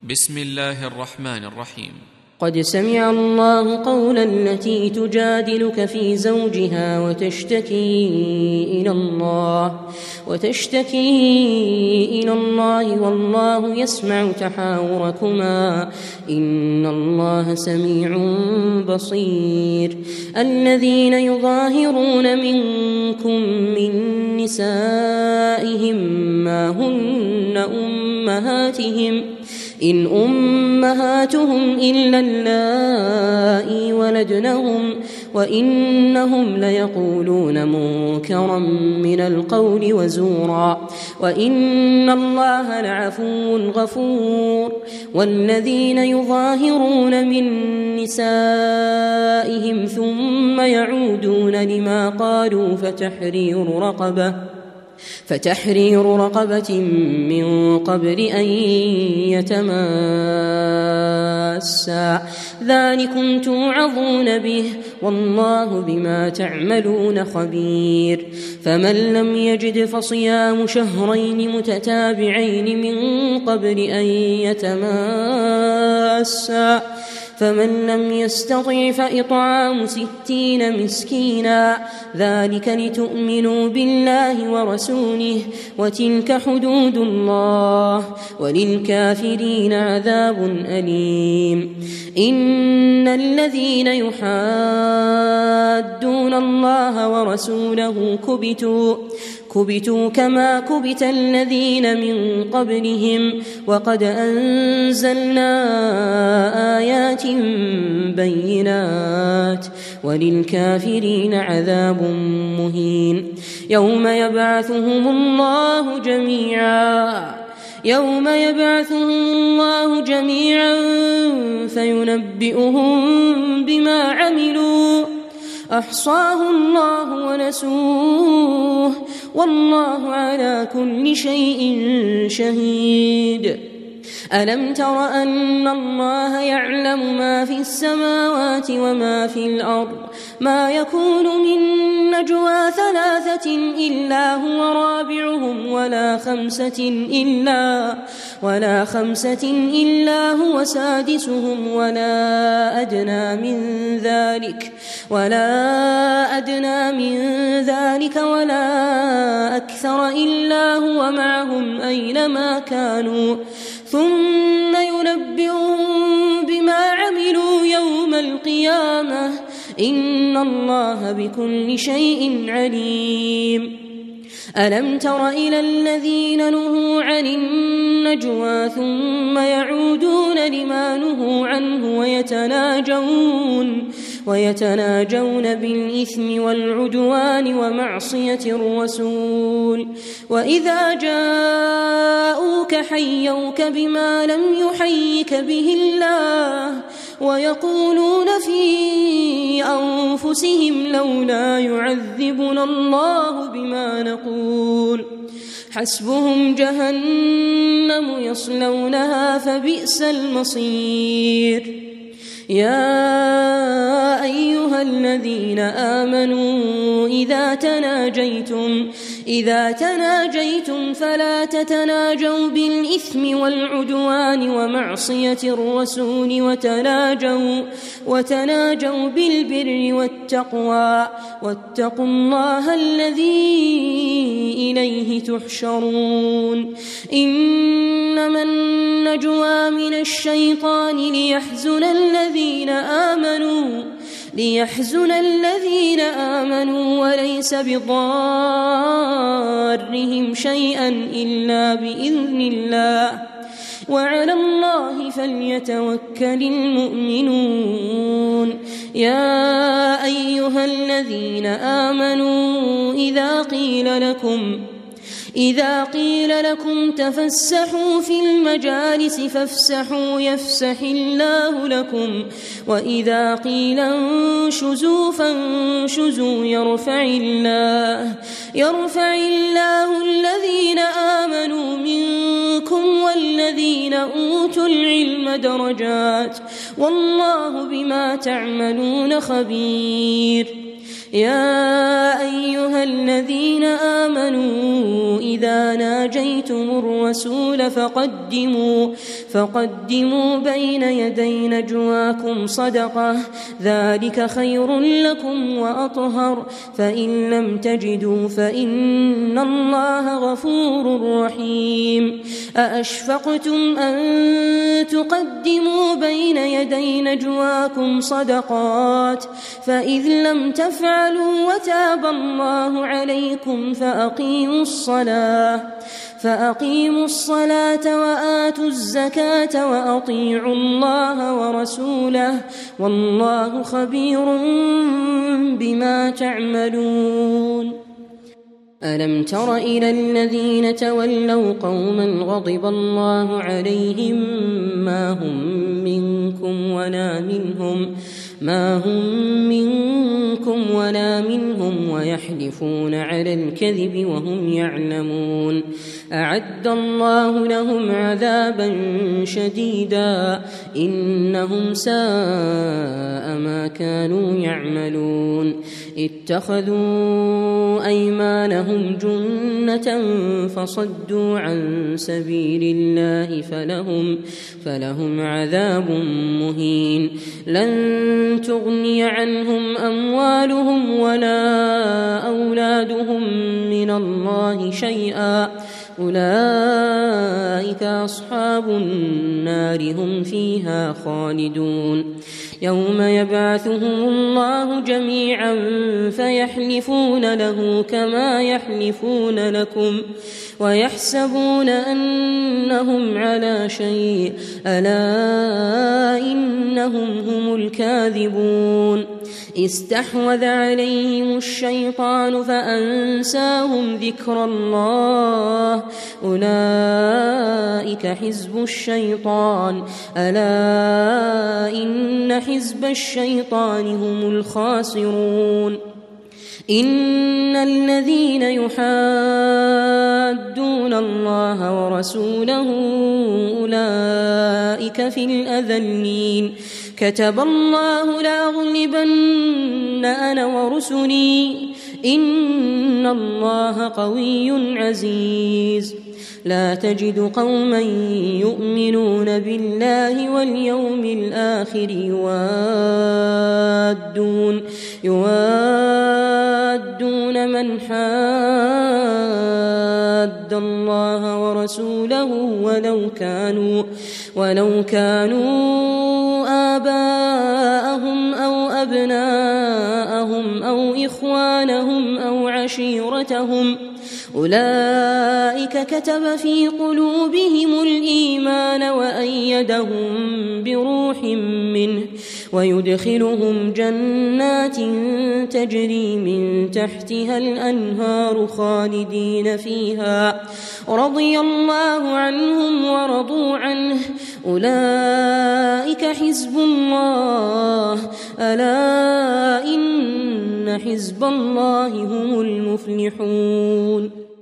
بسم الله الرحمن الرحيم. قد سمع الله قول التي تجادلك في زوجها وتشتكي إلى الله والله يسمع تحاوركما إن الله سميع بصير. الذين يظاهرون منكم من نسائهم ما هن أمهاتهم إن أمهاتهم إلا اللائي ولدنهم وإنهم ليقولون منكرا من القول وزورا وإن الله لعفو غفور. والذين يظاهرون من نسائهم ثم يعودون لما قالوا فتحرير رقبة من قبل أن يتماسا ذلكم توعظون به والله بما تعملون خبير. فمن لم يجد فصيام شهرين متتابعين من قبل أن يتماسا فمن لم يستطع فإطعام 60 مسكينا ذلك لتؤمنوا بالله ورسوله وتلك حدود الله وللكافرين عذاب أليم. إن الذين يحادون الله ورسوله كبتوا كما كبت الذين من قبلهم وقد أنزلنا آيات بينات وللكافرين عذاب مهين. يوم يبعثهم الله جميعا فينبئهم بما عملوا أحصاه الله ونسوه والله على كل شيء شهيد. ألم تر أن الله يعلم ما في السماوات وما في الأرض ما يكون من نجوى 3 إلا هو رابعهم ولا خمسة إلا هو سادسهم ولا أدنى من ذلك ولا أكثر إلا هو معهم أينما كانوا ثم ينبئهم بما عملوا يوم القيامة إن الله بكل شيء عليم. ألم تر إلى الذين نهوا عن النجوى ثم يعودون لما نهوا عنه ويتناجون بالإثم والعدوان ومعصية الرسول وإذا جاءوك حيوك بما لم يحيك به الله ويقولون في أنفسهم لولا يعذبنا الله بما نقول حسبهم جهنم يصلونها فبئس المصير. يا أيها الذين آمنوا إذا تناجيتم فلا تتناجوا بالإثم والعدوان ومعصية الرسول وتناجوا بالبر والتقوى واتقوا الله الذي إليه تحشرون. إنما النجوى من الشيطان ليحزن الذين آمنوا وليس بضارهم شيئا إلا بإذن الله وعلى الله فليتوكل المؤمنون. يا أيها الذين آمنوا إذا قيل لكم تفسحوا في المجالس فافسحوا يفسح الله لكم وإذا قيل انشزوا فانشزوا يرفع الله الذين آمنوا منكم والذين أوتوا العلم درجات والله بما تعملون خبير. يا أيها الذين آمنوا إذا ناجيتم الرسول فقدموا بين يدي نجواكم صدقة ذلك خير لكم وأطهر فإن لم تجدوا فإن الله غفور رحيم أأشفقتم أن تقدموا بين يدي نجواكم صدقات فإذ لم تفعلوا وتاب الله عليكم فأقيموا الصلاة وآتوا الزكاة وأطيعوا الله ورسوله والله خبير بما تعملون ألم تر إلى الذين تولوا قوما غضب الله عليهم ما هم منكم ولا منهم ويحلفون على الكذب وهم يعلمون أعد الله لهم عذابا شديدا إنهم ساء ما كانوا يعملون اتخذوا أيمانهم جنة فصدوا عن سبيل الله فلهم عذاب مهين لن تغني عنهم أموالهم ولا أولادهم من الله شيئا أولئك أصحاب النار هم فيها خالدون يوم يبعثهم الله جميعا فيحلفون له كما يحلفون لكم ويحسبون أنهم على شيء ألا إنهم هم الكاذبون استحوذ عليهم الشيطان فأنساهم ذكر الله أولئك حزب الشيطان ألا إن حزب الشيطان هم الخاسرون إن الذين يحادون الله ورسوله أولئك في الأذلين كتب الله لأغلبن أنا ورسلي إن الله قوي عزيز لا تجد قوما يؤمنون بالله واليوم الآخر يوادون من حاد الله ورسوله ولو كانوا آباءهم أو أبناءهم أو إخوانهم أو عشيرتهم أولئك كتب في قلوبهم الإيمان وأيدهم بروح منه ويدخلهم جنات تجري من تحتها الأنهار خالدين فيها رضي الله عنهم ورضوا عنه أولئك حزب الله ألا إن حزب الله هم المفلحون.